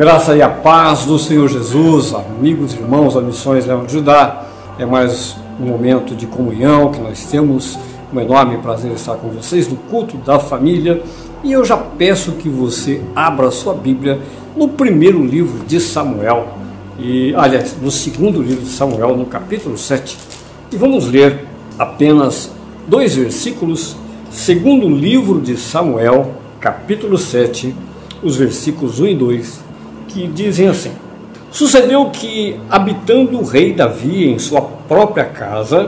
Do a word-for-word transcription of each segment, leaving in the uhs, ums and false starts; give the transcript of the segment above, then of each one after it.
graça e a paz do Senhor Jesus, amigos, irmãos da Missões Leão de Judá. É mais um momento de comunhão que nós temos. Um enorme prazer estar com vocês no culto da família. E eu já peço que você abra a sua Bíblia no primeiro livro de Samuel. E, aliás, no segundo livro de Samuel, no capítulo sete. E vamos ler apenas dois versículos. Segundo livro de Samuel, capítulo sete, os versículos um e dois, que dizem assim: Sucedeu que, habitando o rei Davi em sua própria casa,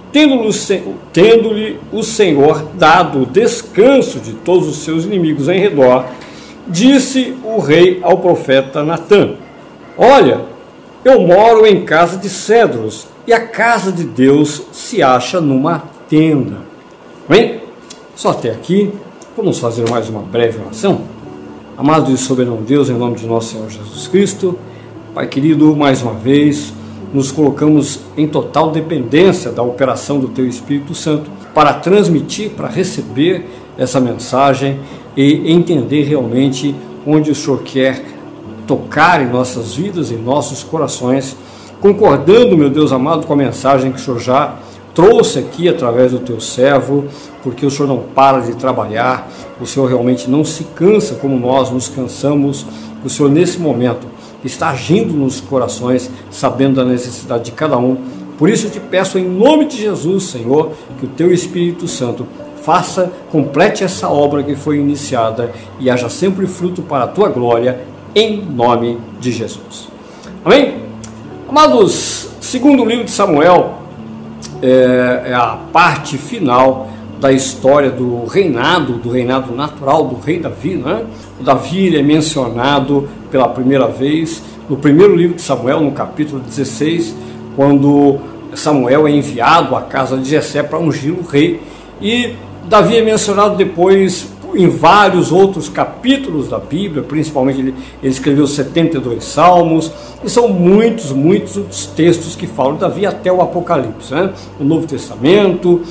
tendo-lhe o Senhor dado o descanso de todos os seus inimigos em redor, disse o rei ao profeta Natã: Olha, eu moro em casa de cedros, e a casa de Deus se acha numa tenda. Bem, só até aqui. Vamos fazer mais uma breve oração? Amado e soberano Deus, em nome de nosso Senhor Jesus Cristo, Pai querido, mais uma vez nos colocamos em total dependência da operação do Teu Espírito Santo para transmitir, para receber essa mensagem e entender realmente onde o Senhor quer tocar em nossas vidas, em nossos corações, concordando, meu Deus amado, com a mensagem que o Senhor já trouxe aqui através do Teu servo, porque o Senhor não para de trabalhar, o Senhor realmente não se cansa como nós nos cansamos. O Senhor nesse momento está agindo nos corações, sabendo da necessidade de cada um. Por isso eu te peço em nome de Jesus, Senhor, que o Teu Espírito Santo faça, complete essa obra que foi iniciada e haja sempre fruto para a Tua glória, em nome de Jesus. Amém? Amados, segundo o livro de Samuel, é, é a parte final da história do reinado, do reinado natural do rei Davi, né? O Davi ele é mencionado pela primeira vez no primeiro livro de Samuel, no capítulo dezesseis, quando Samuel é enviado à casa de Jessé para ungir o rei, e Davi é mencionado depois em vários outros capítulos da Bíblia, principalmente ele, ele escreveu setenta e dois salmos, e são muitos, muitos os textos que falam de Davi até o Apocalipse, né? O Novo Testamento,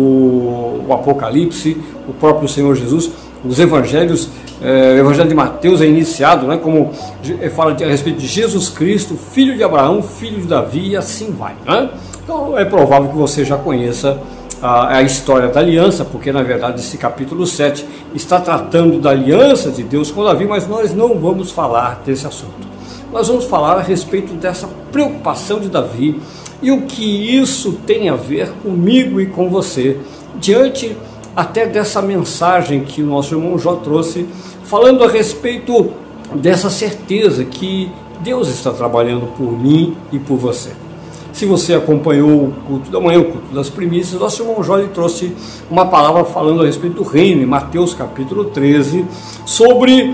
o, o Apocalipse, o próprio Senhor Jesus, os Evangelhos, eh, o Evangelho de Mateus é iniciado, né, como fala de, a respeito de Jesus Cristo, filho de Abraão, filho de Davi, e assim vai, né? Então é provável que você já conheça a, a história da aliança, porque na verdade esse capítulo sete está tratando da aliança de Deus com Davi, mas nós não vamos falar desse assunto. Nós vamos falar a respeito dessa preocupação de Davi e o que isso tem a ver comigo e com você, diante até dessa mensagem que o nosso irmão Jó trouxe, falando a respeito dessa certeza que Deus está trabalhando por mim e por você. Se você acompanhou o culto da manhã, o culto das primícias, nosso irmão Jó trouxe uma palavra falando a respeito do reino, em Mateus capítulo treze, sobre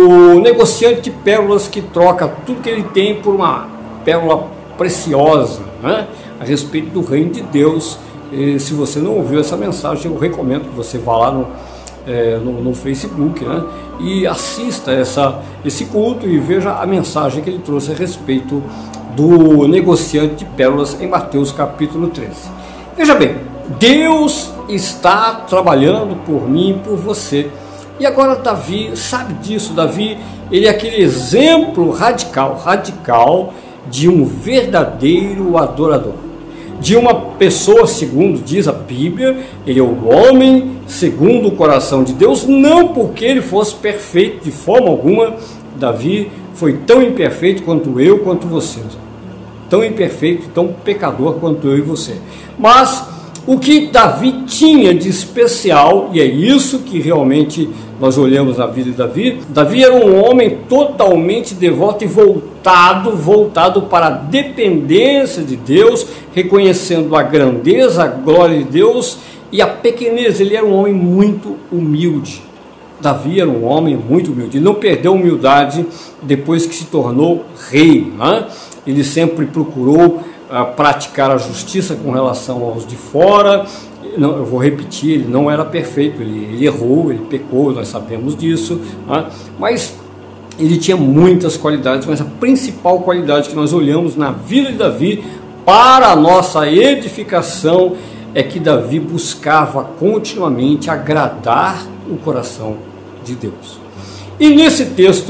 o negociante de pérolas que troca tudo que ele tem por uma pérola preciosa, né? A respeito do reino de Deus. E se você não ouviu essa mensagem, eu recomendo que você vá lá no, é, no, no Facebook, né? E assista essa, esse culto e veja a mensagem que ele trouxe a respeito do negociante de pérolas em Mateus capítulo treze. Veja bem, Deus está trabalhando por mim e por você. E agora Davi sabe disso. Davi, ele é aquele exemplo radical, radical de um verdadeiro adorador. De uma pessoa, segundo diz a Bíblia, ele é o homem segundo o coração de Deus, não porque ele fosse perfeito de forma alguma. Davi foi tão imperfeito quanto eu, quanto você. Tão imperfeito, tão pecador quanto eu e você. Mas o que Davi tinha de especial, e é isso que realmente nós olhamos na vida de Davi, Davi era um homem totalmente devoto e voltado, voltado para a dependência de Deus, reconhecendo a grandeza, a glória de Deus e a pequenez. Ele era um homem muito humilde. Davi era um homem muito humilde, ele não perdeu a humildade depois que se tornou rei, né? Ele sempre procurou uh, praticar a justiça com relação aos de fora. Não, eu vou repetir, ele não era perfeito, ele, ele errou, ele pecou, nós sabemos disso, né? Mas ele tinha muitas qualidades, mas a principal qualidade que nós olhamos na vida de Davi para a nossa edificação é que Davi buscava continuamente agradar o coração de Deus. E nesse texto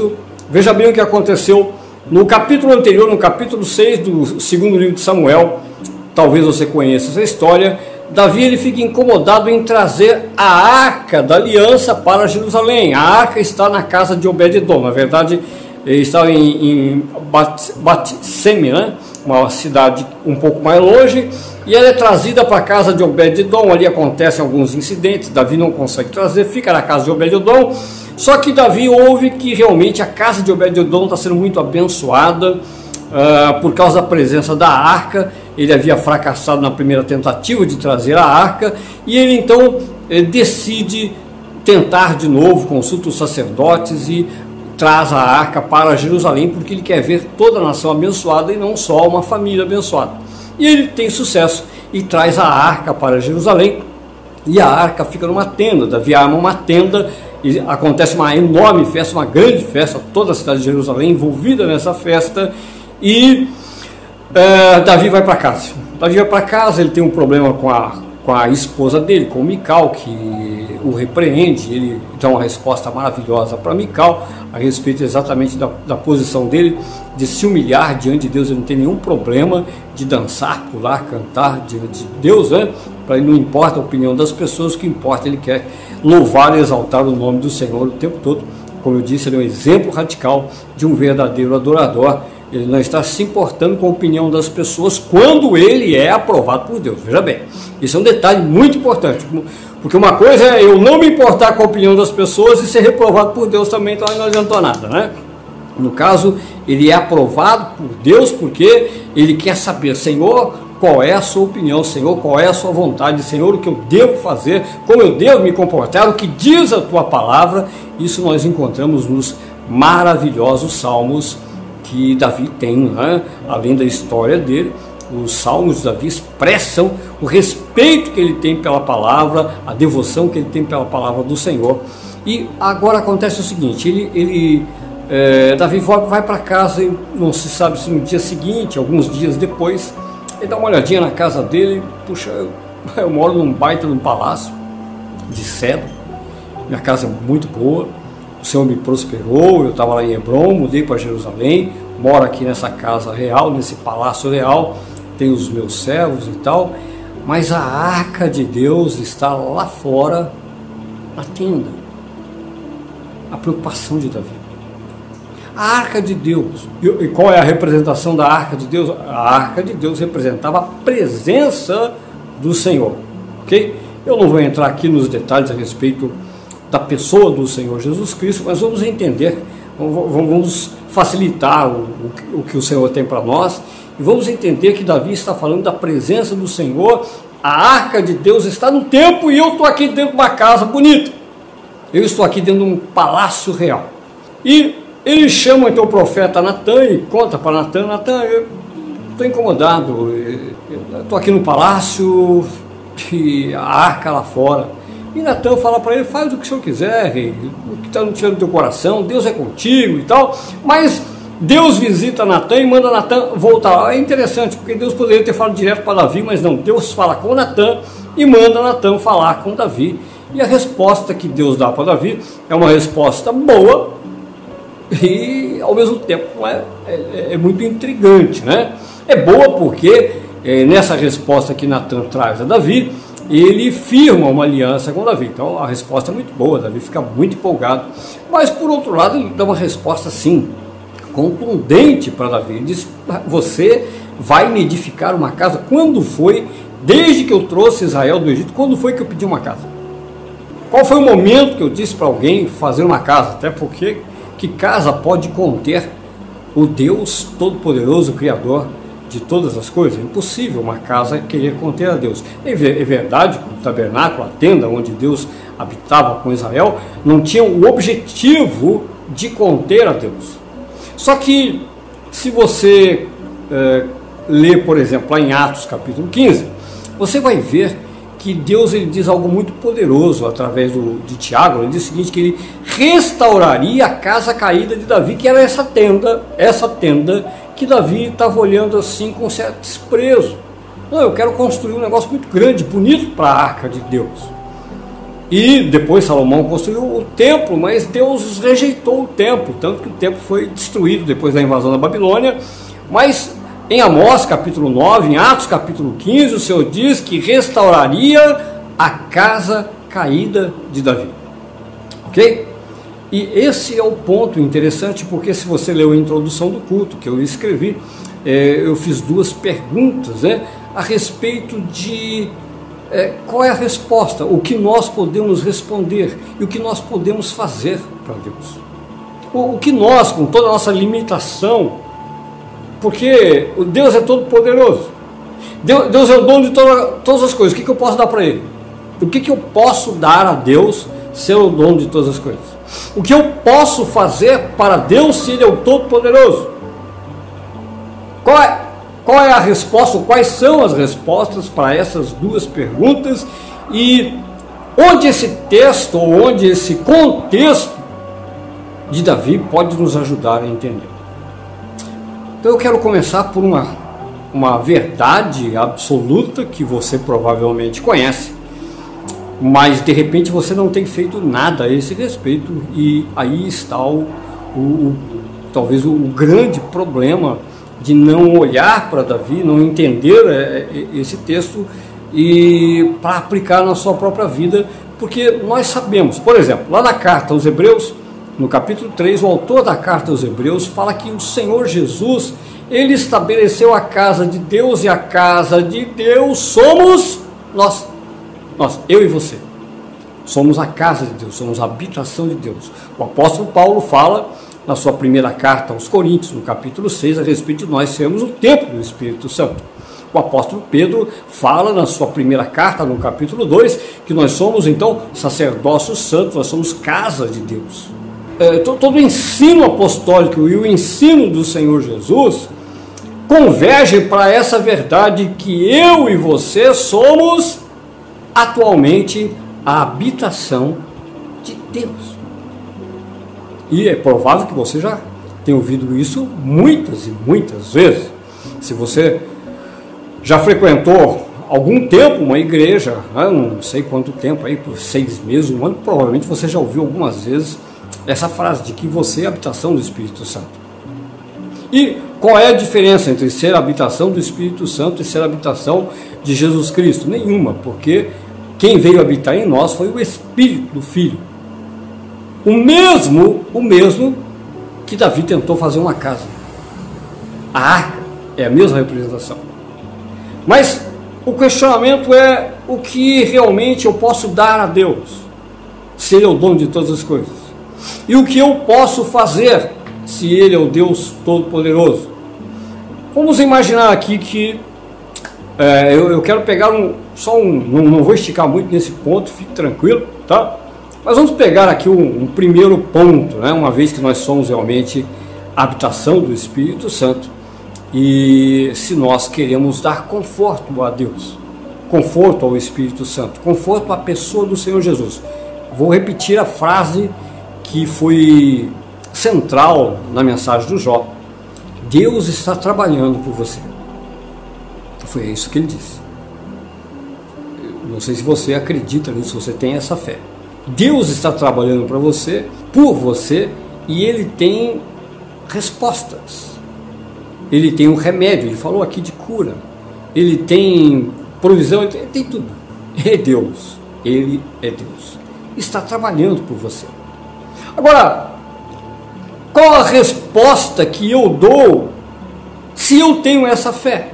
Veja bem o que aconteceu no capítulo anterior, no capítulo seis do segundo livro de Samuel. Talvez você conheça essa história. Davi ele fica incomodado em trazer a arca da aliança para Jerusalém. A arca está na casa de Obed-edom. Na verdade, está em, em Bat-Seme, né? Uma cidade um pouco mais longe, e ela é trazida para a casa de Obed-edom. Ali acontecem alguns incidentes, Davi não consegue trazer, fica na casa de Obed-edom. Só que Davi ouve que realmente a casa de Obed-edom está sendo muito abençoada uh, por causa da presença da arca. Ele havia fracassado na primeira tentativa de trazer a arca, e ele então eh, decide tentar de novo, consulta os sacerdotes e traz a arca para Jerusalém, porque ele quer ver toda a nação abençoada e não só uma família abençoada. E ele tem sucesso e traz a arca para Jerusalém, e a arca fica numa tenda. Davi arma uma tenda e acontece uma enorme festa, uma grande festa, toda a cidade de Jerusalém envolvida nessa festa, e é, Davi vai para casa. Davi vai para casa, ele tem um problema com a, com a esposa dele, com Mical, que o repreende. Ele dá uma resposta maravilhosa para Mical a respeito exatamente da, da posição dele, de se humilhar diante de Deus. Ele não tem nenhum problema de dançar, pular, cantar diante de Deus, né? Para ele não importa a opinião das pessoas, o que importa, ele quer louvar e exaltar o nome do Senhor o tempo todo. Como eu disse, ele é um exemplo radical de um verdadeiro adorador. Ele não está se importando com a opinião das pessoas quando ele é aprovado por Deus. Veja bem, isso é um detalhe muito importante, porque uma coisa é eu não me importar com a opinião das pessoas e ser reprovado por Deus também, então não adiantou nada, né? No caso, ele é aprovado por Deus porque ele quer saber, Senhor, qual é a sua opinião, Senhor, qual é a sua vontade, Senhor, o que eu devo fazer, como eu devo me comportar, o que diz a tua palavra. Isso nós encontramos nos maravilhosos salmos que Davi tem, né? Além da história dele, os salmos de Davi expressam o respeito que ele tem pela palavra, a devoção que ele tem pela palavra do Senhor. E agora acontece o seguinte, ele, ele é, Davi vai para casa, e não se sabe se no dia seguinte, alguns dias depois, ele dá uma olhadinha na casa dele. Puxa, eu, eu moro num baita num palácio de cedro, minha casa é muito boa, o Senhor me prosperou, eu estava lá em Hebrom, mudei para Jerusalém, moro aqui nessa casa real, nesse palácio real, tenho os meus servos e tal, mas a arca de Deus está lá fora, na tenda. A preocupação de Davi. A arca de Deus, e qual é a representação da arca de Deus? A arca de Deus representava a presença do Senhor, ok? Eu não vou entrar aqui nos detalhes a respeito da pessoa do Senhor Jesus Cristo, mas vamos entender, vamos facilitar o, o que o Senhor tem para nós, e vamos entender que Davi está falando da presença do Senhor. A arca de Deus está no templo e eu estou aqui dentro de uma casa bonita, eu estou aqui dentro de um palácio real. E ele chama então o profeta Natan e conta para Natan: Natan, eu estou incomodado, eu estou aqui no palácio e a arca lá fora. E Natan fala para ele: faz o que o senhor quiser, rei, o que está no teu coração, Deus é contigo e tal. Mas Deus visita Natan e manda Natan voltar. É interessante, porque Deus poderia ter falado direto para Davi, mas não, Deus fala com Natan e manda Natan falar com Davi. E a resposta que Deus dá para Davi é uma resposta boa e ao mesmo tempo é, é, é muito intrigante, né? É boa porque é, nessa resposta que Natan traz a Davi, ele firma uma aliança com Davi. Então a resposta é muito boa, Davi fica muito empolgado. Mas por outro lado, ele dá uma resposta assim, contundente para Davi. Ele diz: você vai me edificar uma casa? Quando foi, desde que eu trouxe Israel do Egito, quando foi que eu pedi uma casa? Qual foi o momento que eu disse para alguém fazer uma casa? Até porque que casa pode conter o Deus Todo-Poderoso, Criador de todas as coisas? É impossível uma casa querer conter a Deus. É verdade que o tabernáculo, a tenda onde Deus habitava com Israel, não tinha o objetivo de conter a Deus. Só que se você é, ler, por exemplo, lá em Atos capítulo quinze, você vai ver que Deus ele diz algo muito poderoso através do, de Tiago. Ele diz o seguinte, que ele restauraria a casa caída de Davi, que era essa tenda, essa tenda que Davi estava olhando assim com certo desprezo. Não, eu quero construir um negócio muito grande, bonito para a arca de Deus. E depois Salomão construiu o templo, mas Deus rejeitou o templo, tanto que o templo foi destruído depois da invasão da Babilônia. Mas em Amós capítulo nove, em Atos capítulo quinze, o Senhor diz que restauraria a casa caída de Davi. Ok? E esse é o ponto interessante, porque se você leu a introdução do culto que eu escrevi, é, eu fiz duas perguntas, né, a respeito de é, qual é a resposta, o que nós podemos responder e o que nós podemos fazer para Deus. O, o que nós, com toda a nossa limitação, porque Deus é todo poderoso, Deus, Deus é o dono de toda, todas as coisas, o que, que eu posso dar para Ele? O que, que eu posso dar a Deus, ser o dono de todas as coisas? O que eu posso fazer para Deus se Ele é o Todo-Poderoso? Qual é, qual é a resposta, quais são as respostas para essas duas perguntas? E onde esse texto, ou onde esse contexto de Davi pode nos ajudar a entender? Então eu quero começar por uma, uma verdade absoluta que você provavelmente conhece, mas de repente você não tem feito nada a esse respeito, e aí está o, o, o talvez o, o grande problema de não olhar para Davi, não entender é, esse texto e para aplicar na sua própria vida, porque nós sabemos, por exemplo, lá na carta aos Hebreus, no capítulo três, o autor da carta aos Hebreus fala que o Senhor Jesus, Ele estabeleceu a casa de Deus, e a casa de Deus somos nós. Nós, eu e você, somos a casa de Deus, somos a habitação de Deus. O apóstolo Paulo fala na sua primeira carta aos Coríntios, no capítulo seis, a respeito de nós sermos o templo do Espírito Santo. O apóstolo Pedro fala na sua primeira carta, no capítulo dois, que nós somos então sacerdócio santo, nós somos casa de Deus. É, todo o ensino apostólico e o ensino do Senhor Jesus convergem para essa verdade que eu e você somos atualmente a habitação de Deus. E é provável que você já tenha ouvido isso muitas e muitas vezes. Se você já frequentou algum tempo uma igreja, não sei quanto tempo, aí por seis meses, um ano, provavelmente você já ouviu algumas vezes essa frase de que você é a habitação do Espírito Santo. E qual é a diferença entre ser a habitação do Espírito Santo e ser a habitação de Jesus Cristo? Nenhuma, porque quem veio habitar em nós foi o Espírito do Filho. O mesmo, o mesmo que Davi tentou fazer uma casa. A arca é a mesma representação. Mas o questionamento é o que realmente eu posso dar a Deus, se Ele é o dono de todas as coisas. E o que eu posso fazer, se Ele é o Deus Todo-Poderoso. Vamos imaginar aqui que é, eu, eu quero pegar um, só um, não, não vou esticar muito nesse ponto, fique tranquilo, tá? Mas vamos pegar aqui um, um primeiro ponto, né? Uma vez que nós somos realmente a habitação do Espírito Santo, e se nós queremos dar conforto a Deus, conforto ao Espírito Santo, conforto à pessoa do Senhor Jesus. Vou repetir a frase que foi central na mensagem do Jó: Deus está trabalhando por você. Foi isso que ele disse. Não sei se você acredita nisso, se você tem essa fé. Deus está trabalhando para você, por você, e Ele tem respostas. Ele tem um remédio, Ele falou aqui de cura. Ele tem provisão, Ele tem, tem tudo. É Deus, Ele é Deus. Está trabalhando por você. Agora, qual a resposta que eu dou se eu tenho essa fé?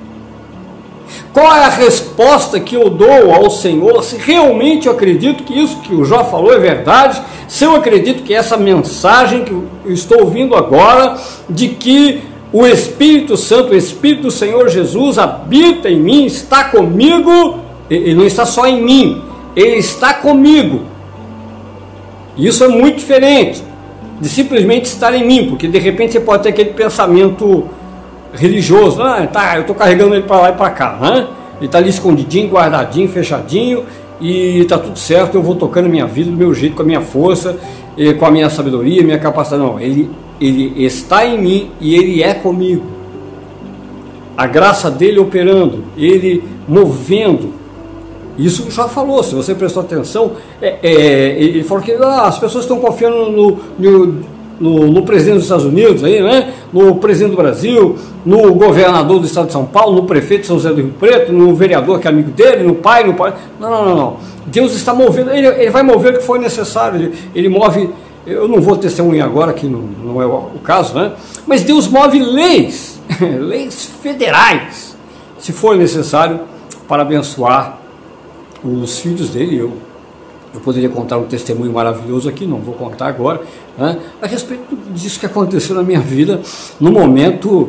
Qual é a resposta que eu dou ao Senhor se realmente eu acredito que isso que o Jó falou é verdade, se eu acredito que essa mensagem que eu estou ouvindo agora, de que o Espírito Santo, o Espírito do Senhor Jesus habita em mim, está comigo, ele não está só em mim, ele está comigo. Isso é muito diferente de simplesmente estar em mim, porque de repente você pode ter aquele pensamento religioso: ah, tá, eu estou carregando ele para lá e para cá, né? Ele está ali escondidinho, guardadinho, fechadinho, e está tudo certo, eu vou tocando minha vida do meu jeito, com a minha força, com a minha sabedoria, minha capacidade. Não, ele, ele está em mim e Ele é comigo. A graça dele operando, Ele movendo Isso já falou, se você prestou atenção, é, é, ele falou que ah, as pessoas estão confiando no, no, no, no presidente dos Estados Unidos, aí, né? No presidente do Brasil, no governador do estado de São Paulo, no prefeito de São José do Rio Preto, no vereador que é amigo dele, no pai, no pai. Não, não, não, não. Deus está movendo, ele, ele vai mover o que for necessário, ele, ele move, eu não vou testemunhar agora, que não, não é o, o caso, né? Mas Deus move leis, leis federais, se for necessário, para abençoar os filhos dele. Eu, eu poderia contar um testemunho maravilhoso aqui, não vou contar agora, né, a respeito disso que aconteceu na minha vida, no momento,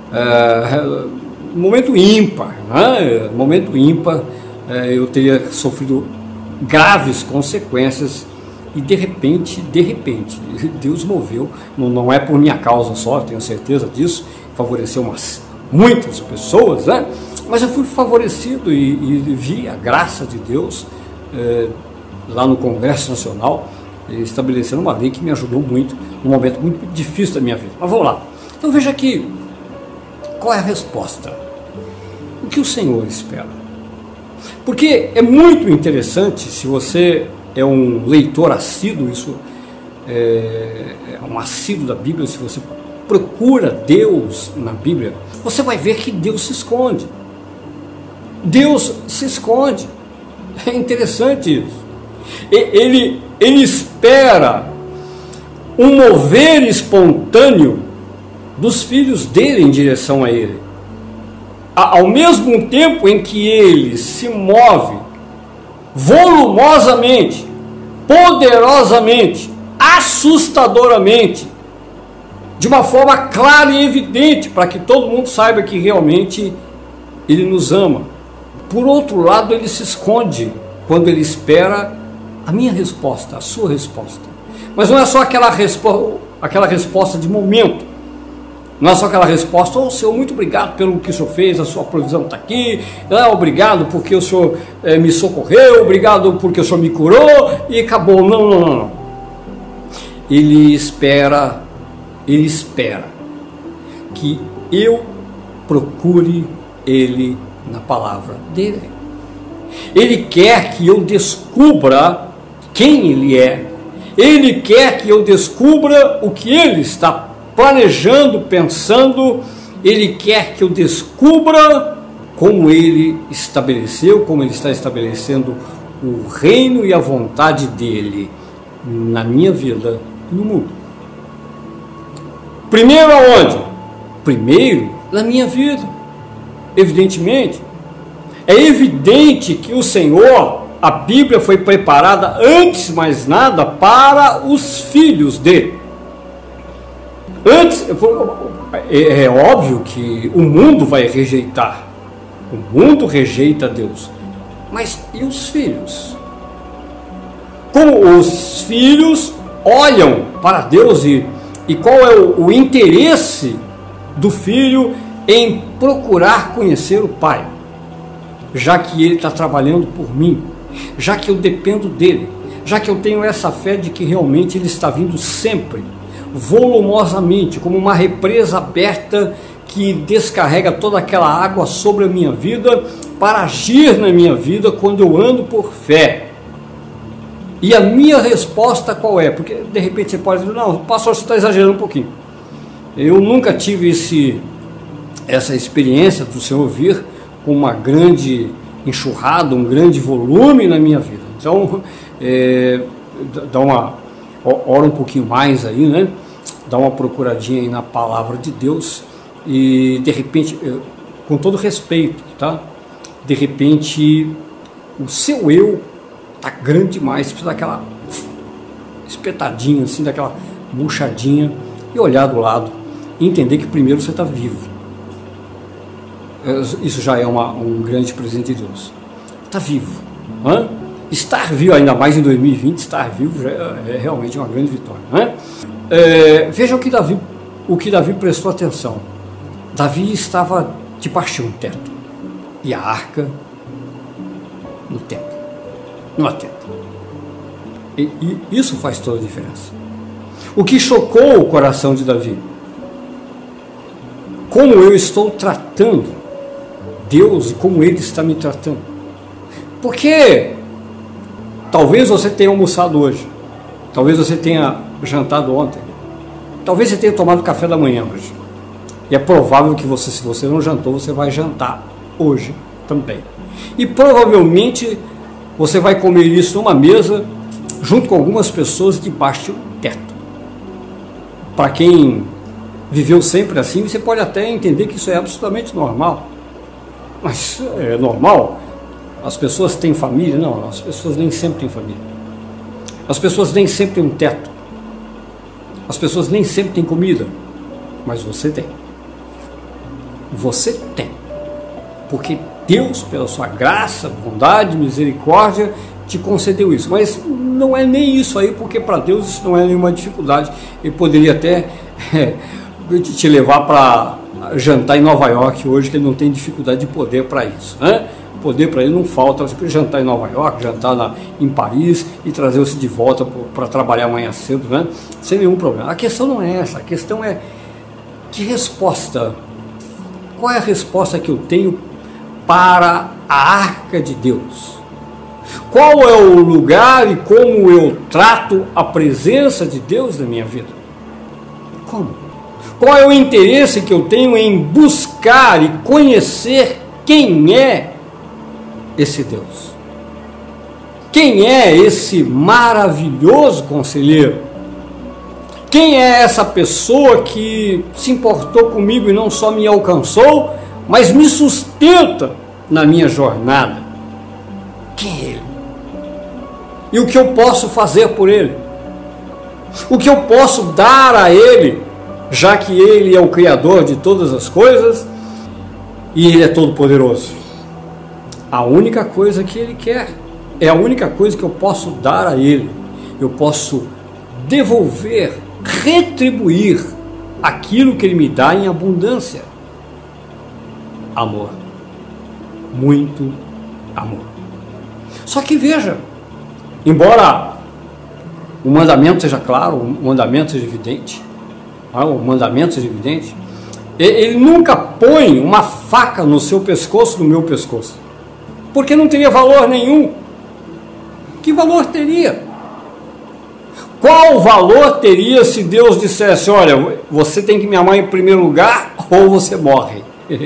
é, momento ímpar, né, momento ímpar, é, eu teria sofrido graves consequências e de repente, de repente, Deus moveu, não, não é por minha causa só, tenho certeza disso, favoreceu umas, muitas pessoas, né? Mas eu fui favorecido e, e vi a graça de Deus eh, lá no Congresso Nacional, estabelecendo uma lei que me ajudou muito, num momento muito difícil da minha vida. Mas vamos lá. Então veja aqui, qual é a resposta? O que o Senhor espera? Porque é muito interessante, se você é um leitor assíduo, isso é, é um assíduo da Bíblia, se você procura Deus na Bíblia, você vai ver que Deus se esconde. Deus se esconde. É interessante isso. Ele, ele espera um mover espontâneo dos filhos dele em direção a ele. Ao mesmo tempo em que ele se move volumosamente, poderosamente, assustadoramente, de uma forma clara e evidente, para que todo mundo saiba que realmente ele nos ama. Por outro lado, ele se esconde quando ele espera a minha resposta, a sua resposta. Mas não é só aquela, respo aquela resposta de momento. Não é só aquela resposta, ô oh, Senhor, muito obrigado pelo que o Senhor fez, a sua provisão está aqui, ah, obrigado porque o Senhor eh, me socorreu, obrigado porque o Senhor me curou, e acabou. Não, não, não, não. Ele espera, ele espera que eu procure ele na palavra dele. Ele quer que eu descubra quem ele é. Ele quer que eu descubra o que ele está planejando, pensando. Ele quer que eu descubra como ele estabeleceu, como ele está estabelecendo o reino e a vontade dele na minha vida e no mundo. Primeiro aonde? Primeiro na minha vida. Evidentemente, é evidente que o Senhor, a Bíblia foi preparada antes de mais nada para os filhos dele. Antes, é, é óbvio que o mundo vai rejeitar, o mundo rejeita Deus, mas e os filhos? Como os filhos olham para Deus e, e qual é o, o interesse do filho em procurar conhecer o Pai, já que Ele está trabalhando por mim, já que eu dependo dEle, já que eu tenho essa fé de que realmente Ele está vindo sempre, volumosamente, como uma represa aberta que descarrega toda aquela água sobre a minha vida, para agir na minha vida quando eu ando por fé. E a minha resposta qual é? Porque de repente você pode dizer, não, pastor, você está exagerando um pouquinho. Eu nunca tive esse... essa experiência do Senhor vir com uma grande enxurrada, um grande volume na minha vida. Então, é, dá uma, ora um pouquinho mais aí, né? Dá uma procuradinha aí na palavra de Deus e, de repente, com todo respeito, tá? De repente, o seu eu tá grande demais, precisa daquela espetadinha, assim, daquela murchadinha e olhar do lado e entender que primeiro você está vivo. Isso já é uma, um grande presente de Deus. Está vivo. Né? Estar vivo, ainda mais em dois mil e vinte, estar vivo já é, é realmente uma grande vitória. Né? É, veja o que, Davi, o que Davi prestou atenção. Davi estava debaixo de um teto. E a arca no teto. Numa tenda. E, e isso faz toda a diferença. O que chocou o coração de Davi? Como eu estou tratando Deus e como Ele está me tratando. Porque talvez você tenha almoçado hoje, talvez você tenha jantado ontem, talvez você tenha tomado café da manhã hoje. E é provável que você, se você não jantou, você vai jantar hoje também. E provavelmente você vai comer isso numa mesa, junto com algumas pessoas debaixo de um teto. Para quem viveu sempre assim, você pode até entender que isso é absolutamente normal. Mas é normal? As pessoas têm família? Não, as pessoas nem sempre têm família. As pessoas nem sempre têm um teto. As pessoas nem sempre têm comida. Mas você tem. Você tem. Porque Deus, pela sua graça, bondade, misericórdia, te concedeu isso. Mas não é nem isso aí, porque para Deus isso não é nenhuma dificuldade. Ele poderia até é, te levar para jantar em Nova York hoje, que ele não tem dificuldade de poder para isso, né? Poder para ele não falta. Você pode jantar em Nova York, jantar na, em Paris e trazer você de volta para trabalhar amanhã cedo, né? Sem nenhum problema. A questão não é essa, a questão é que resposta, qual é a resposta que eu tenho para a arca de Deus? Qual é o lugar e como eu trato a presença de Deus na minha vida? Como? Qual é o interesse que eu tenho em buscar e conhecer quem é esse Deus? Quem é esse maravilhoso conselheiro? Quem é essa pessoa que se importou comigo e não só me alcançou, mas me sustenta na minha jornada? Quem é ele? E o que eu posso fazer por ele? O que eu posso dar a ele, já que ele é o Criador de todas as coisas e ele é todo poderoso? A única coisa que ele quer, é a única coisa que eu posso dar a ele. Eu posso devolver, retribuir aquilo que ele me dá em abundância. Amor. Muito amor. Só que veja, embora o mandamento seja claro, o mandamento seja evidente, o mandamento seja evidente, ele nunca põe uma faca no seu pescoço, no meu pescoço, porque não teria valor nenhum. Que valor teria? Qual valor teria se Deus dissesse, olha, você tem que me amar em primeiro lugar ou você morre?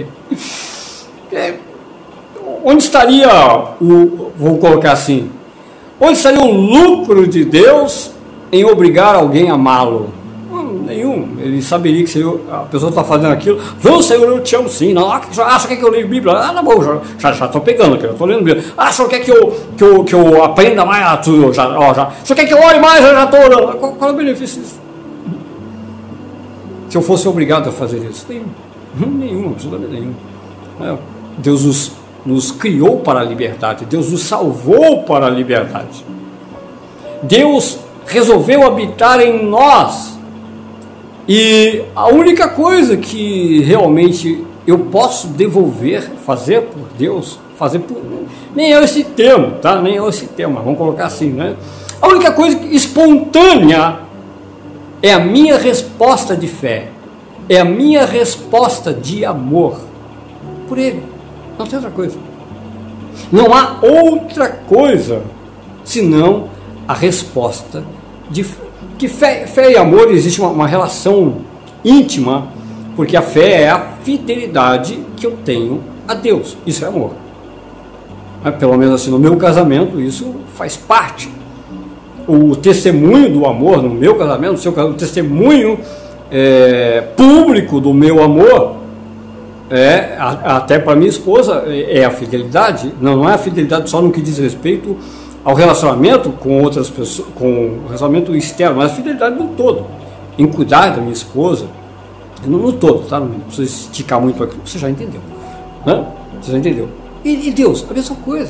É, onde estaria o, vou colocar assim, onde estaria o lucro de Deus em obrigar alguém a amá-lo? Nenhum. Ele saberia que seria, a pessoa está fazendo aquilo. Não, Senhor, eu te amo sim. Não, ah, só quer que eu leia Bíblia? Ah, tá bom, já já estou pegando aqui, já estou lendo Bíblia. Ah, só quer que eu, que eu, que eu aprenda mais? Ah, tu, já, ó, já. Só quer que eu ore mais? Eu já estou orando. Qual, qual é o benefício disso? Se eu fosse obrigado a fazer isso? Nenhum. Nenhum, absolutamente nenhum. É, Deus nos, nos criou para a liberdade. Deus nos salvou para a liberdade. Deus resolveu habitar em nós. E a única coisa que realmente eu posso devolver, fazer por Deus, fazer por... nem é esse termo, tá? Nem é esse termo, vamos colocar assim, né? A única coisa espontânea é a minha resposta de fé, é a minha resposta de amor por Ele. Não tem outra coisa. Não há outra coisa senão a resposta de fé. Que fé, fé e amor existe uma, uma relação íntima, porque a fé é a fidelidade que eu tenho a Deus. Isso é amor. É, pelo menos assim, no meu casamento, isso faz parte. O testemunho do amor no meu casamento, no seu casamento, o testemunho é, público do meu amor, é, a, até para minha esposa, é, é a fidelidade. Não, não é a fidelidade só no que diz respeito ao relacionamento com outras pessoas, com o relacionamento externo, mas a fidelidade no todo, em cuidar da minha esposa, no, no todo, tá? Não precisa esticar muito aqui, você já entendeu, né? Você já entendeu. E, e Deus, a mesma coisa.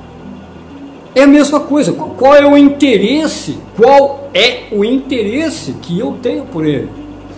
É a mesma coisa. Qual, qual é o interesse? Qual é o interesse que eu tenho por Ele?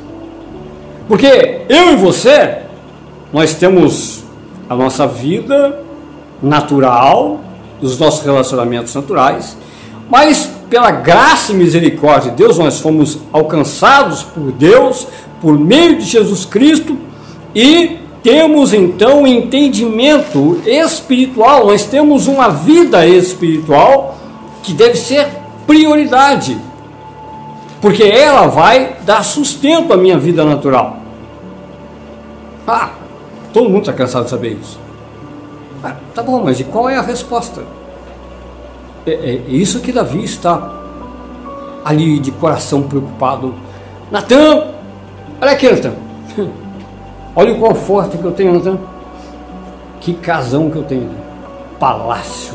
Porque eu e você, nós temos a nossa vida natural, dos nossos relacionamentos naturais, mas pela graça e misericórdia de Deus, nós fomos alcançados por Deus, por meio de Jesus Cristo, e temos então entendimento espiritual, nós temos uma vida espiritual que deve ser prioridade, porque ela vai dar sustento à minha vida natural. Ah, todo mundo está cansado de saber isso. Ah, tá bom, mas e qual é a resposta? É, é isso que Davi está ali de coração preocupado. Natan, olha aqui, Natan. Olha o conforto que eu tenho, Natan. Que casão que eu tenho. Palácio.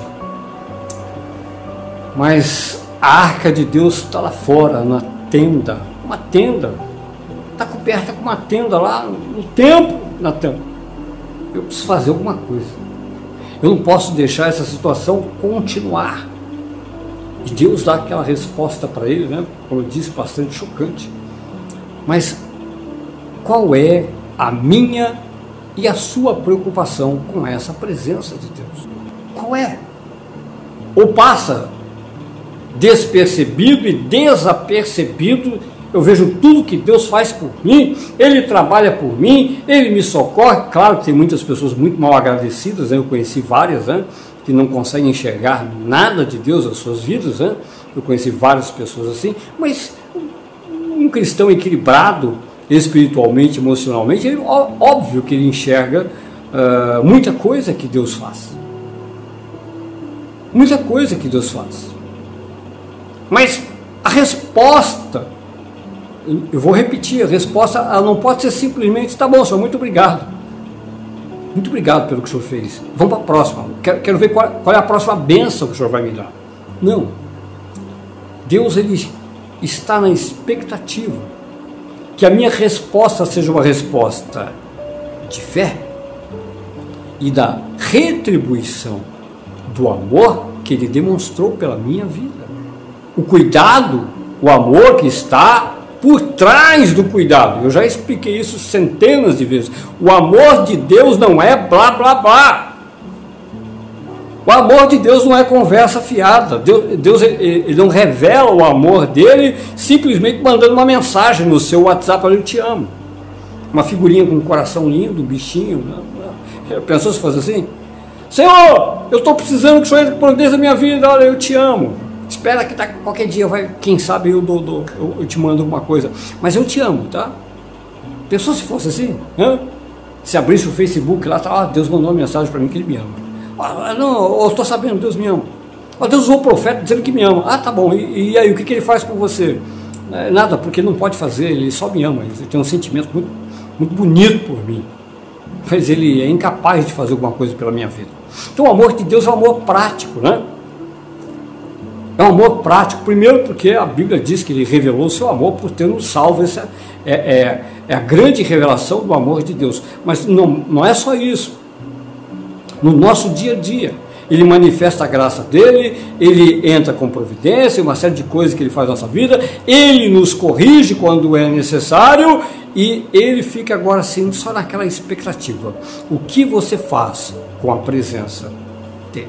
Mas a arca de Deus está lá fora, na tenda. Uma tenda. Está coberta com uma tenda lá no templo, Natan. Eu preciso fazer alguma coisa. Eu não posso deixar essa situação continuar. E Deus dá aquela resposta para ele, né? Como eu disse, bastante chocante. Mas qual é a minha e a sua preocupação com essa presença de Deus? Qual é? Ou passa despercebido e desapercebido? Eu vejo tudo que Deus faz por mim, Ele trabalha por mim, Ele me socorre. Claro que tem muitas pessoas muito mal agradecidas, né? Eu conheci várias, né? Que não conseguem enxergar nada de Deus nas suas vidas, né? Eu conheci várias pessoas assim, mas um cristão equilibrado espiritualmente, emocionalmente, ele, óbvio que ele enxerga uh, muita coisa que Deus faz. Muita coisa que Deus faz. Mas a resposta, eu vou repetir, a resposta ela não pode ser simplesmente, tá bom, Senhor, muito obrigado. Muito obrigado pelo que o Senhor fez. Vamos para a próxima. Quero, quero ver qual, qual é a próxima bênção que o Senhor vai me dar. Não. Deus, ele está na expectativa que a minha resposta seja uma resposta de fé e da retribuição do amor que Ele demonstrou pela minha vida. O cuidado, o amor que está por trás do cuidado. Eu já expliquei isso centenas de vezes. O amor de Deus não é blá blá blá. O amor de Deus não é conversa fiada. Deus, Deus ele, ele não revela o amor dele simplesmente mandando uma mensagem no seu WhatsApp: eu te amo. Uma figurinha com um coração lindo, um bichinho. Né? Pensou se fosse assim? Senhor, eu estou precisando que o Senhor entre por dentro da minha vida. Olha, eu te amo. Espera que tá, qualquer dia vai, quem sabe eu, dou, dou, eu, eu te mando alguma coisa. Mas eu te amo, tá? Pensou se fosse assim? Hã? Se abrisse o Facebook lá, tá, ah, Deus mandou uma mensagem para mim que Ele me ama. Ah, não, eu estou sabendo, Deus me ama. Ah, Deus usou o profeta dizendo que me ama. Ah, tá bom, e, e aí, o que, que Ele faz com você? É, nada, porque Ele não pode fazer, Ele só me ama. Ele tem um sentimento muito, muito bonito por mim. Mas Ele é incapaz de fazer alguma coisa pela minha vida. Então o amor de Deus é um amor prático, né? É um amor prático, primeiro porque a Bíblia diz que Ele revelou o seu amor por ter nos salvo. Essa é, é, é a grande revelação do amor de Deus. Mas não, não é só isso. No nosso dia a dia, Ele manifesta a graça dEle, Ele entra com providência, uma série de coisas que Ele faz na nossa vida, Ele nos corrige quando é necessário, e Ele fica agora assim, só naquela expectativa. O que você faz com a presença dEle?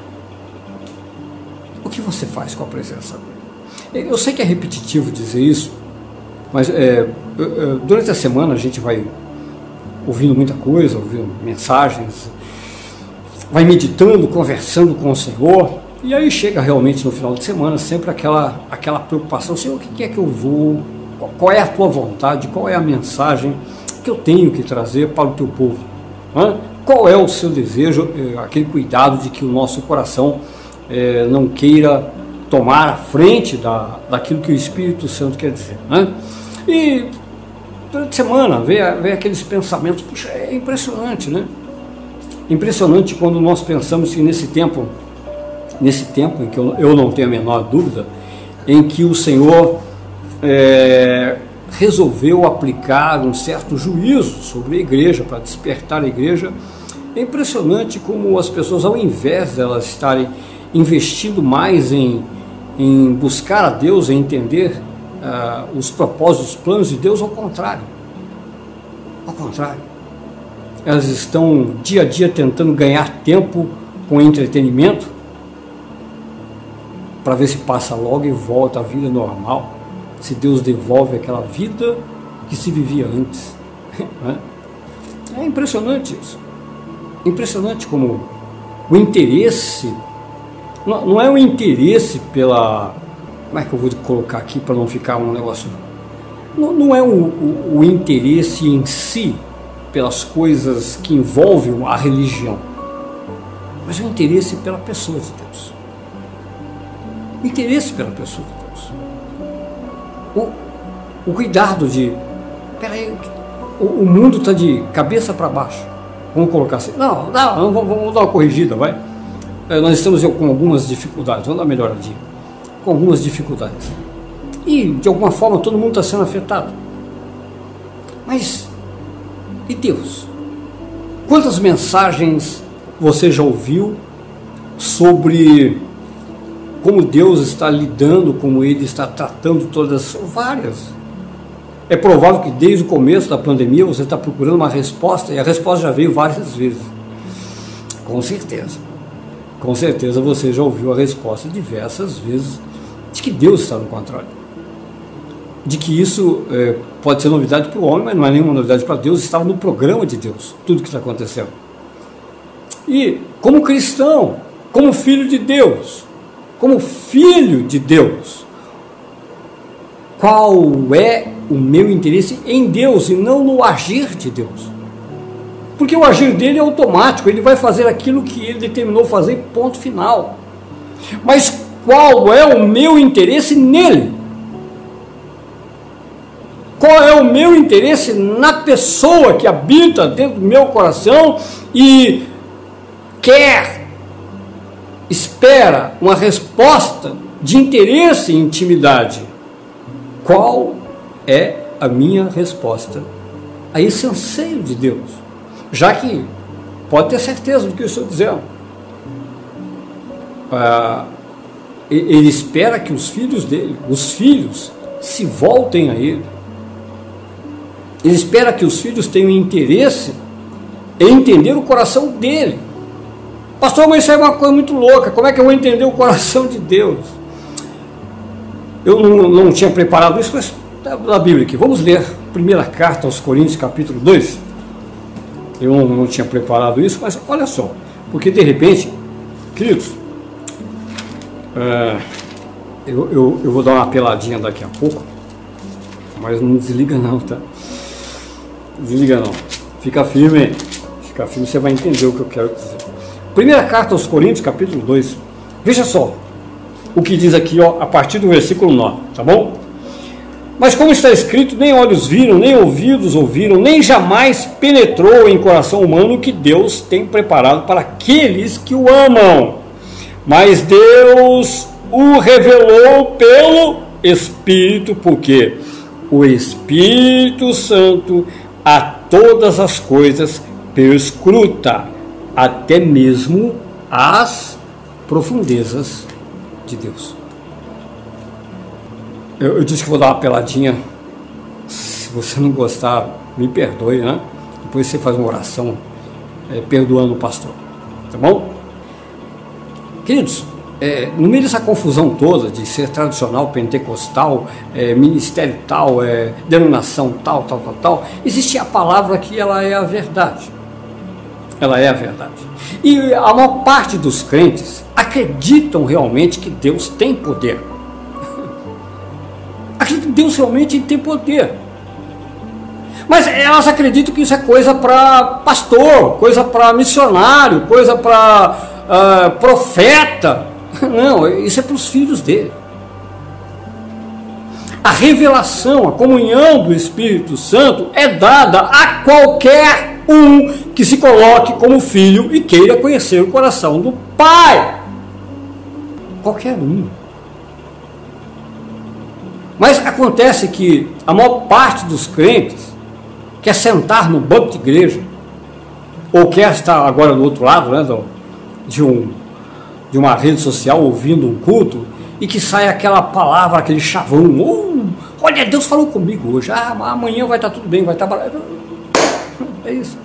O que você faz com a presença dEle? Eu sei que é repetitivo dizer isso, mas é, durante a semana a gente vai ouvindo muita coisa, ouvindo mensagens, vai meditando, conversando com o Senhor, e aí chega realmente no final de semana sempre aquela, aquela preocupação: Senhor, o que é que eu vou, qual é a tua vontade, qual é a mensagem que eu tenho que trazer para o teu povo? Hã? Qual é o seu desejo, aquele cuidado de que o nosso coração é, não queira tomar a frente da, daquilo que o Espírito Santo quer dizer, né? E durante a semana vem, vem aqueles pensamentos, puxa, é impressionante, né? Impressionante quando nós pensamos que nesse tempo, nesse tempo em que eu, eu não tenho a menor dúvida, em que o Senhor é, resolveu aplicar um certo juízo sobre a igreja, para despertar a igreja. É impressionante como as pessoas, ao invés de elas estarem investindo mais em, em buscar a Deus, em entender uh, os propósitos, os planos de Deus, ao contrário, ao contrário, elas estão dia a dia tentando ganhar tempo com entretenimento, para ver se passa logo e volta à vida normal, se Deus devolve aquela vida que se vivia antes. Né? É impressionante isso. Impressionante como o interesse, não, não é o interesse pela, como é que eu vou colocar aqui para não ficar um negócio, não, não é o, o, o interesse em si pelas coisas que envolvem a religião, mas o interesse pela pessoa de Deus. O interesse pela pessoa de Deus. O, o cuidado de, peraí, o, o mundo está de cabeça para baixo. Vamos colocar assim, não, não, vamos, vamos dar uma corrigida, vai. É, nós estamos com algumas dificuldades, vamos dar uma melhoradinha, com algumas dificuldades. E, de alguma forma, todo mundo está sendo afetado. Mas, e Deus? Quantas mensagens você já ouviu sobre como Deus está lidando, como Ele está tratando todas, várias. É provável que desde o começo da pandemia você está procurando uma resposta e a resposta já veio várias vezes. Com certeza. Com certeza você já ouviu a resposta diversas vezes de que Deus está no controle. De que isso é, pode ser novidade para o homem, mas não é nenhuma novidade para Deus, estava no programa de Deus, tudo que está acontecendo. E como cristão, como filho de Deus, como filho de Deus, qual é o meu interesse em Deus e não no agir de Deus? Porque o agir dele é automático, ele vai fazer aquilo que ele determinou fazer, ponto final. Mas qual é o meu interesse nele? Qual é o meu interesse na pessoa que habita dentro do meu coração e quer, espera uma resposta de interesse e intimidade? Qual é a minha resposta a esse anseio de Deus? Já que, pode ter certeza do que eu estou dizendo, ah, ele espera que os filhos dele, os filhos, se voltem a ele. Ele espera que os filhos tenham interesse em entender o coração dele. Pastor, mas isso é uma coisa muito louca, como é que eu vou entender o coração de Deus? Eu não, não tinha preparado isso, mas está na Bíblia aqui. Vamos ler a primeira carta aos Coríntios, capítulo dois. Eu não, não tinha preparado isso, mas olha só, porque de repente, queridos, é, eu, eu, eu vou dar uma peladinha daqui a pouco, mas não desliga não, tá? Desliga não, fica firme, fica firme, você vai entender o que eu quero dizer. Primeira carta aos Coríntios, capítulo dois, veja só o que diz aqui, ó, a partir do versículo nove, tá bom? Mas como está escrito, nem olhos viram, nem ouvidos ouviram, nem jamais penetrou em coração humano o que Deus tem preparado para aqueles que o amam. Mas Deus o revelou pelo Espírito, porque o Espírito Santo a todas as coisas perscruta, até mesmo as profundezas de Deus. Eu, eu disse que vou dar uma peladinha. Se você não gostar, me perdoe, né? Depois você faz uma oração é, perdoando o pastor, tá bom? Queridos, é, no meio dessa confusão toda de ser tradicional, pentecostal, é, ministério tal, é, denominação tal, tal, tal, tal, existe a palavra que ela é a verdade. Ela é a verdade. E a maior parte dos crentes acreditam realmente que Deus tem poder. Acreditam que Deus realmente tem poder. Mas elas acreditam que isso é coisa para pastor, coisa para missionário, coisa para uh, profeta. Não, isso é para os filhos dele. A revelação, a comunhão do Espírito Santo é dada a qualquer um que se coloque como filho e queira conhecer o coração do Pai. Qualquer um. Mas acontece que a maior parte dos crentes quer sentar no banco de igreja, ou quer estar agora do outro lado, né, de, um, de uma rede social ouvindo um culto, e que sai aquela palavra, aquele chavão, oh, olha, Deus falou comigo hoje, ah, amanhã vai estar tudo bem, vai estar... É isso.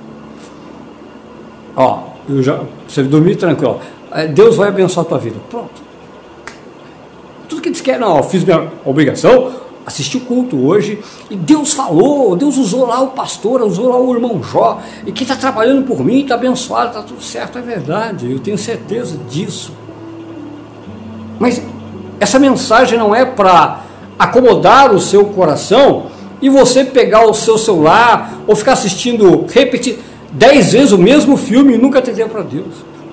Ó, eu já, você dormir tranquilo, Deus vai abençoar a tua vida, pronto. Tudo que eles querem, não, eu fiz minha obrigação, assisti o culto hoje e Deus falou, Deus usou lá o pastor, usou lá o irmão Jó, e que está trabalhando por mim, está abençoado, está tudo certo, é verdade, eu tenho certeza disso. Mas essa mensagem não é para acomodar o seu coração e você pegar o seu celular ou ficar assistindo, repetir dez vezes o mesmo filme e nunca ter tempo para Deus.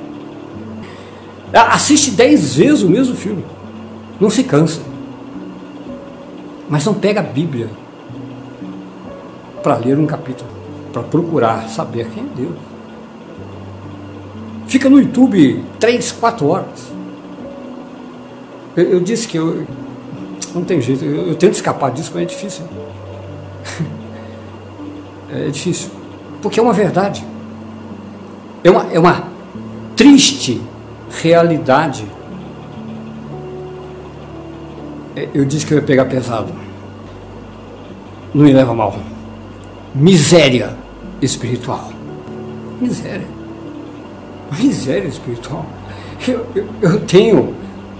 Assiste dez vezes o mesmo filme, não se cansa. Mas não pega a Bíblia para ler um capítulo, para procurar saber quem é Deus. Fica no YouTube três, quatro horas. Eu, eu disse que eu não tem jeito, eu, eu tento escapar disso, mas é difícil. É difícil, porque é uma verdade. É uma, é uma triste realidade. Eu disse que eu ia pegar pesado. Não me leva mal. Miséria espiritual. Miséria. Miséria espiritual. Eu, eu, eu tenho...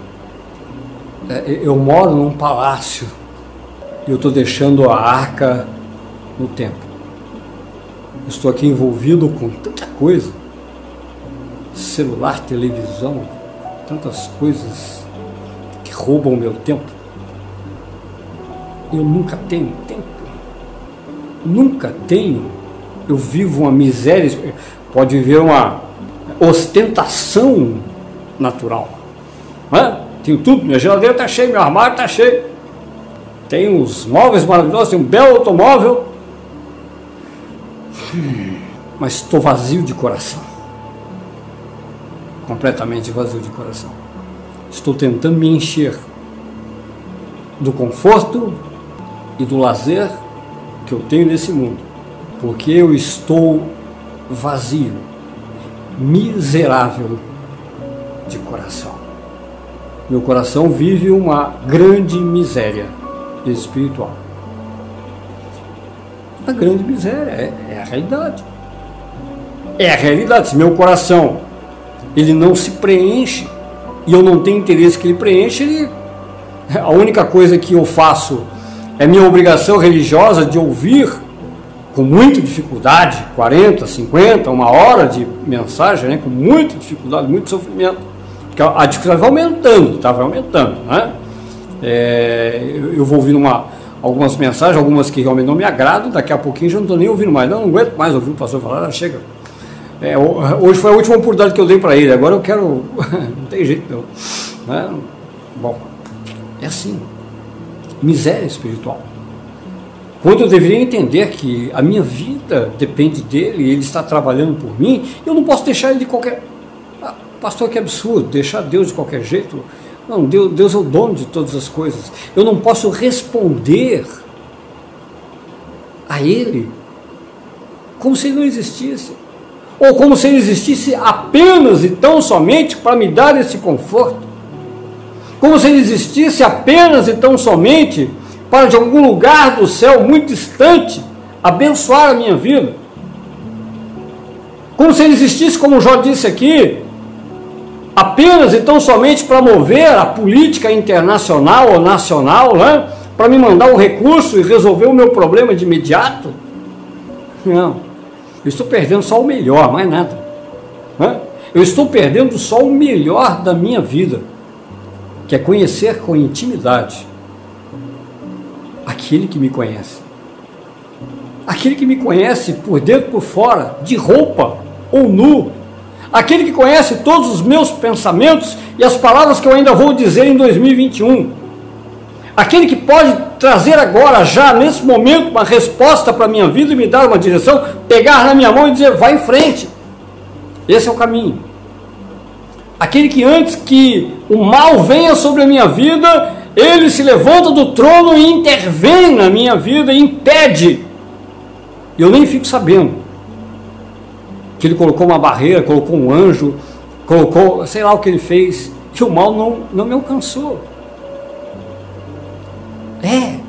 Eu moro num palácio e eu estou deixando a arca no templo. Eu estou aqui envolvido com tanta coisa. Celular, televisão, tantas coisas que roubam o meu tempo. Eu nunca tenho tempo, nunca tenho, eu vivo uma miséria, pode viver uma ostentação natural, não é? Tenho tudo, minha geladeira está cheia, meu armário está cheio, tenho os móveis maravilhosos, tenho um belo automóvel, mas estou vazio de coração, completamente vazio de coração. Estou tentando me encher do conforto e do lazer que eu tenho nesse mundo, porque eu estou vazio, miserável de coração. Meu coração vive uma grande miséria espiritual. Uma grande miséria, é, é a realidade. É a realidade. Se meu coração ele não se preenche e eu não tenho interesse que ele preencha, ele, a única coisa que eu faço é minha obrigação religiosa de ouvir com muita dificuldade, quarenta, cinquenta, uma hora de mensagem, né, com muita dificuldade, muito sofrimento, porque a dificuldade vai aumentando, tá, vai aumentando, né? É, eu, eu vou ouvindo uma, algumas mensagens, algumas que realmente não me agradam, daqui a pouquinho já não estou nem ouvindo mais, não, não aguento mais ouvir o pastor falar, chega. É, hoje foi a última oportunidade que eu dei para ele, agora eu quero, não tem jeito não, né? Bom, é assim. Miséria espiritual. Quando eu deveria entender que a minha vida depende dele, ele está trabalhando por mim, eu não posso deixar ele de qualquer... Ah, pastor, que absurdo, deixar Deus de qualquer jeito. Não, Deus, Deus é o dono de todas as coisas. Eu não posso responder a ele como se ele não existisse. Ou como se ele existisse apenas e tão somente para me dar esse conforto. Como se ele existisse apenas e tão somente para de algum lugar do céu muito distante abençoar a minha vida. Como se ele existisse, como o Jó disse aqui, apenas e tão somente para mover a política internacional ou nacional, né? Para me mandar um recurso e resolver o meu problema de imediato. Não, eu estou perdendo só o melhor, mais nada, né? Eu estou perdendo só o melhor da minha vida, que é conhecer com intimidade aquele que me conhece. Aquele que me conhece por dentro e por fora, de roupa ou nu. Aquele que conhece todos os meus pensamentos e as palavras que eu ainda vou dizer em dois mil e vinte e um. Aquele que pode trazer agora, já nesse momento, uma resposta para a minha vida e me dar uma direção, pegar na minha mão e dizer, vai em frente. Esse é o caminho. Aquele que antes que o mal venha sobre a minha vida, ele se levanta do trono e intervém na minha vida e impede. Eu nem fico sabendo que ele colocou uma barreira, colocou um anjo, colocou, sei lá o que ele fez, que o mal não, não me alcançou. É.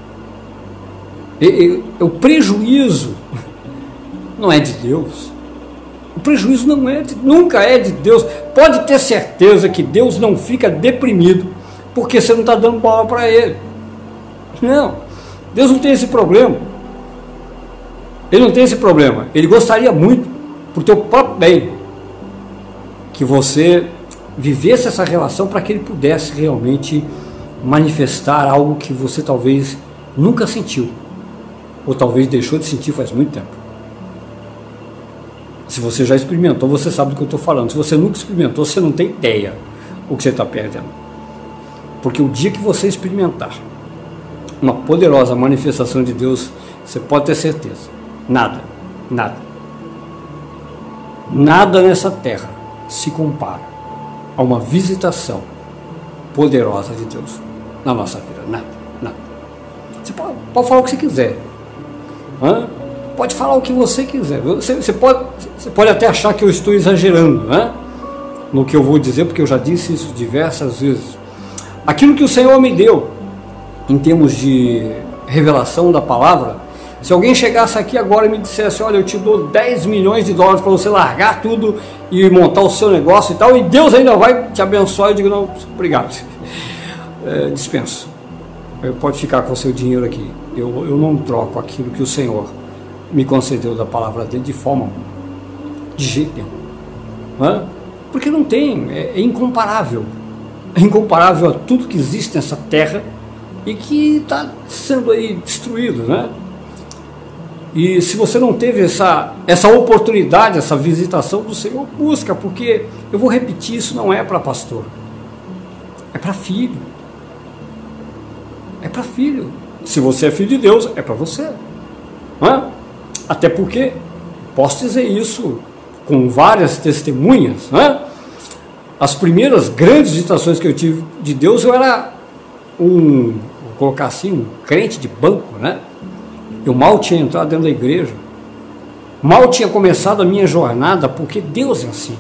E, e, o prejuízo não é de Deus. O prejuízo não é de, nunca é de Deus. Pode ter certeza que Deus não fica deprimido porque você não está dando bola para ele. Não, Deus não tem esse problema. Ele não tem esse problema. Ele gostaria muito, por teu próprio bem, que você vivesse essa relação para que ele pudesse realmente manifestar algo que você talvez nunca sentiu, ou talvez deixou de sentir faz muito tempo. Se você já experimentou, você sabe do que eu estou falando. Se você nunca experimentou, você não tem ideia o que você está perdendo. Porque o dia que você experimentar uma poderosa manifestação de Deus, você pode ter certeza, nada, nada, nada nessa terra se compara a uma visitação poderosa de Deus na nossa vida. Nada, nada. Você pode, pode falar o que você quiser. Hã? Pode falar o que você quiser. Você, você, pode, você pode até achar que eu estou exagerando, né, no que eu vou dizer, porque eu já disse isso diversas vezes. Aquilo que o Senhor me deu, em termos de revelação da palavra, se alguém chegasse aqui agora e me dissesse, olha, eu te dou dez milhões de dólares para você largar tudo e montar o seu negócio e tal, e Deus ainda vai te abençoar, eu digo, não, obrigado, é, dispenso, pode ficar com o seu dinheiro aqui, eu, eu não troco aquilo que o Senhor me concedeu da palavra dele de forma, de jeito nenhum, né? Porque não tem, é, é incomparável, é incomparável a tudo que existe nessa terra e que está sendo aí destruído, né? E se você não teve essa, essa oportunidade, essa visitação do Senhor, busca, porque, eu vou repetir, isso não é para pastor, é para filho, é para filho. Se você é filho de Deus, é para você, não é? Até porque, posso dizer isso com várias testemunhas, né? As primeiras grandes visitações que eu tive de Deus, eu era um, vou colocar assim, um crente de banco, né? Eu mal tinha entrado dentro da igreja, mal tinha começado a minha jornada, porque Deus é assim.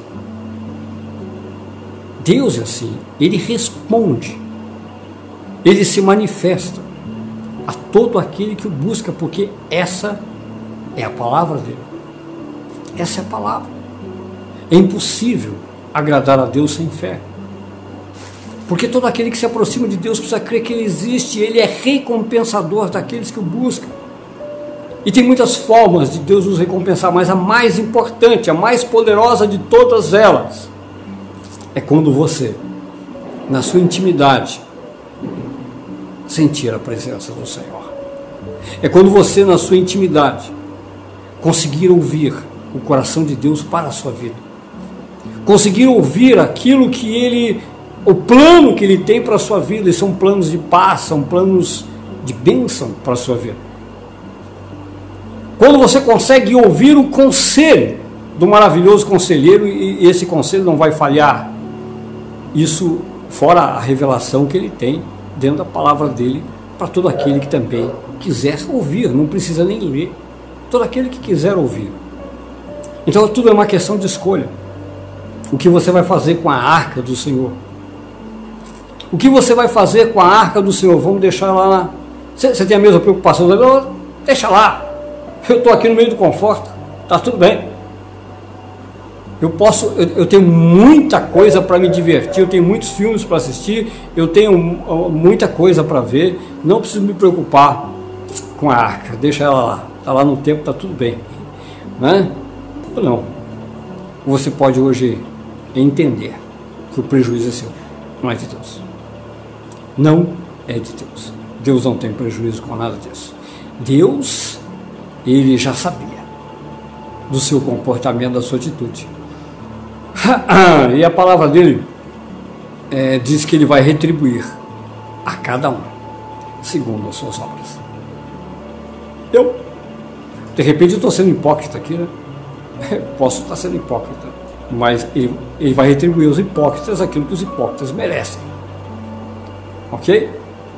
Deus é assim, Ele responde, Ele se manifesta a todo aquele que o busca, porque essa é a palavra dele. Essa é a palavra. É impossível agradar a Deus sem fé. Porque todo aquele que se aproxima de Deus precisa crer que Ele existe, Ele é recompensador daqueles que o buscam. E tem muitas formas de Deus nos recompensar, mas a mais importante, a mais poderosa de todas elas, é quando você, na sua intimidade, sentir a presença do Senhor. É quando você, na sua intimidade, conseguir ouvir o coração de Deus para a sua vida. Conseguir ouvir aquilo que Ele, o plano que Ele tem para a sua vida, e são planos de paz, são planos de bênção para a sua vida. Quando você consegue ouvir o conselho do maravilhoso conselheiro, e esse conselho não vai falhar, isso fora a revelação que ele tem dentro da palavra dele, para todo aquele que também quiser ouvir, não precisa nem ler, todo aquele que quiser ouvir. Então tudo é uma questão de escolha. O que você vai fazer com a arca do Senhor? O que você vai fazer com a arca do Senhor? Vamos deixar ela lá. Você, você tem a mesma preocupação? Não, deixa lá. Eu estou aqui no meio do conforto, está tudo bem. Eu posso, eu, eu tenho muita coisa para me divertir, eu tenho muitos filmes para assistir, eu tenho muita coisa para ver, não preciso me preocupar com a arca, deixa ela lá, está lá no tempo, está tudo bem, né? Ou não, você pode hoje entender que o prejuízo é seu, não é de Deus, não é de Deus, Deus não tem prejuízo com nada disso. Deus, Ele já sabia do seu comportamento, da sua atitude. E a palavra dele é, diz que Ele vai retribuir a cada um segundo as suas obras. Eu, de repente, eu estou sendo hipócrita aqui, né? Posso estar sendo hipócrita, mas ele, ele vai retribuir aos hipócritas aquilo que os hipócritas merecem. Ok?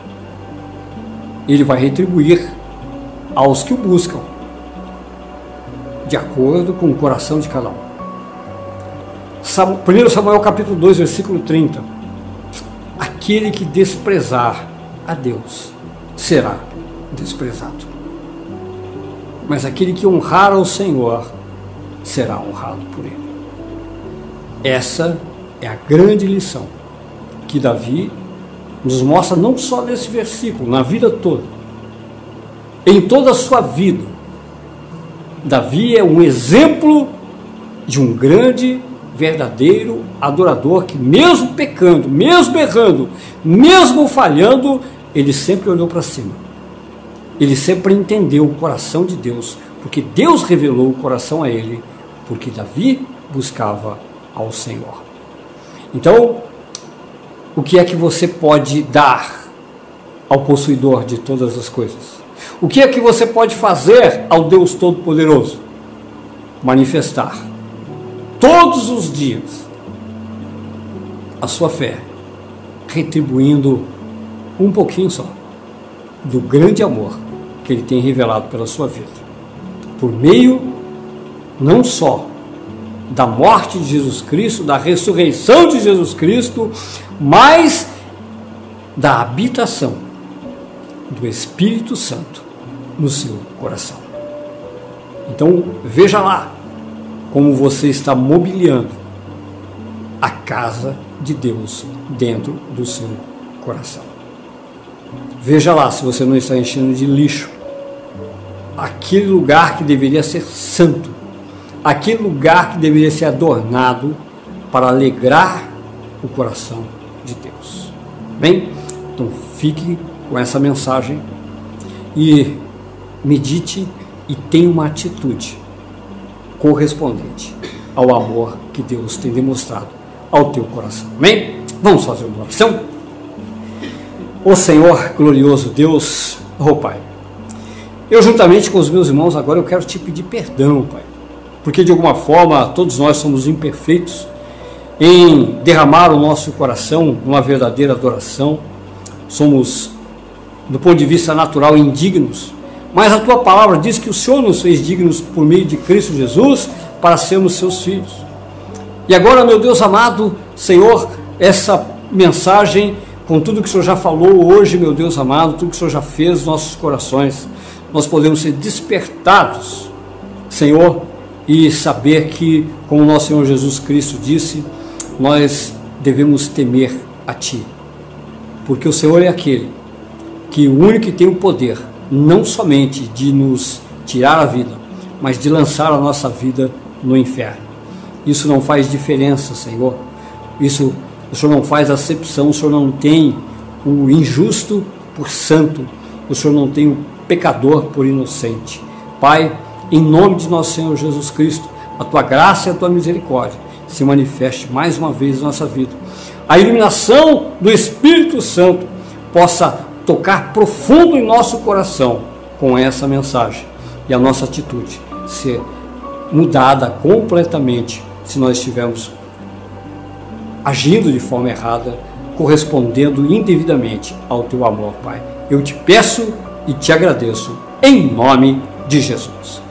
Ele vai retribuir aos que o buscam, de acordo com o coração de cada um. primeiro Samuel capítulo dois, versículo trinta. Aquele que desprezar a Deus será desprezado, mas aquele que honrar ao Senhor será honrado por Ele. Essa é a grande lição que Davi nos mostra não só nesse versículo, na vida toda, em toda a sua vida. Davi é um exemplo de um grande, verdadeiro adorador que, mesmo pecando, mesmo errando, mesmo falhando, ele sempre olhou para cima. Ele sempre entendeu o coração de Deus, porque Deus revelou o coração a ele, porque Davi buscava ao Senhor. Então, o que é que você pode dar ao possuidor de todas as coisas? O que é que você pode fazer ao Deus Todo-Poderoso? Manifestar todos os dias a sua fé, retribuindo um pouquinho só do grande amor que Ele tem revelado pela sua vida, por meio não só da morte de Jesus Cristo, da ressurreição de Jesus Cristo, mas da habitação do Espírito Santo no seu coração. Então, veja lá como você está mobiliando a casa de Deus dentro do seu coração. Veja lá se você não está enchendo de lixo aquele lugar que deveria ser santo, aquele lugar que deveria ser adornado para alegrar o coração de Deus. Bem, então fique com essa mensagem e medite e tenha uma atitude correspondente ao amor que Deus tem demonstrado ao teu coração. Amém? Vamos fazer uma oração? Ó Senhor, glorioso Deus, ó Pai, eu juntamente com os meus irmãos agora eu quero te pedir perdão, Pai, porque de alguma forma todos nós somos imperfeitos em derramar o nosso coração numa verdadeira adoração. Somos, do ponto de vista natural, indignos, mas a Tua palavra diz que o Senhor nos fez dignos por meio de Cristo Jesus para sermos Seus filhos. E agora, meu Deus amado, Senhor, essa mensagem, com tudo que o Senhor já falou hoje, meu Deus amado, tudo que o Senhor já fez nos nossos corações, nós podemos ser despertados, Senhor, e saber que, como nosso Senhor Jesus Cristo disse, nós devemos temer a Ti, porque o Senhor é aquele que o único que tem o poder, não somente de nos tirar a vida, mas de lançar a nossa vida no inferno. Isso não faz diferença, Senhor. Isso, o Senhor não faz acepção, o Senhor não tem o injusto por santo, o Senhor não tem o pecador por inocente. Pai, em nome de nosso Senhor Jesus Cristo, a Tua graça e a Tua misericórdia se manifeste mais uma vez na nossa vida. A iluminação do Espírito Santo possa tocar profundo em nosso coração com essa mensagem e a nossa atitude ser mudada completamente se nós estivermos agindo de forma errada, correspondendo indevidamente ao Teu amor, Pai. Eu te peço e te agradeço em nome de Jesus.